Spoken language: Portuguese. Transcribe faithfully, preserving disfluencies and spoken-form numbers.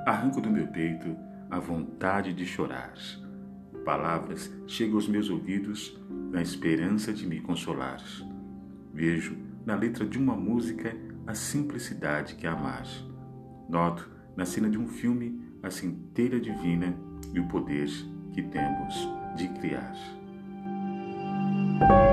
arranco do meu peito a vontade de chorar. Palavras chegam aos meus ouvidos na esperança de me consolar. Vejo na letra de uma música a simplicidade que é amar. Noto na cena de um filme a centelha divina e o poder que temos de criar.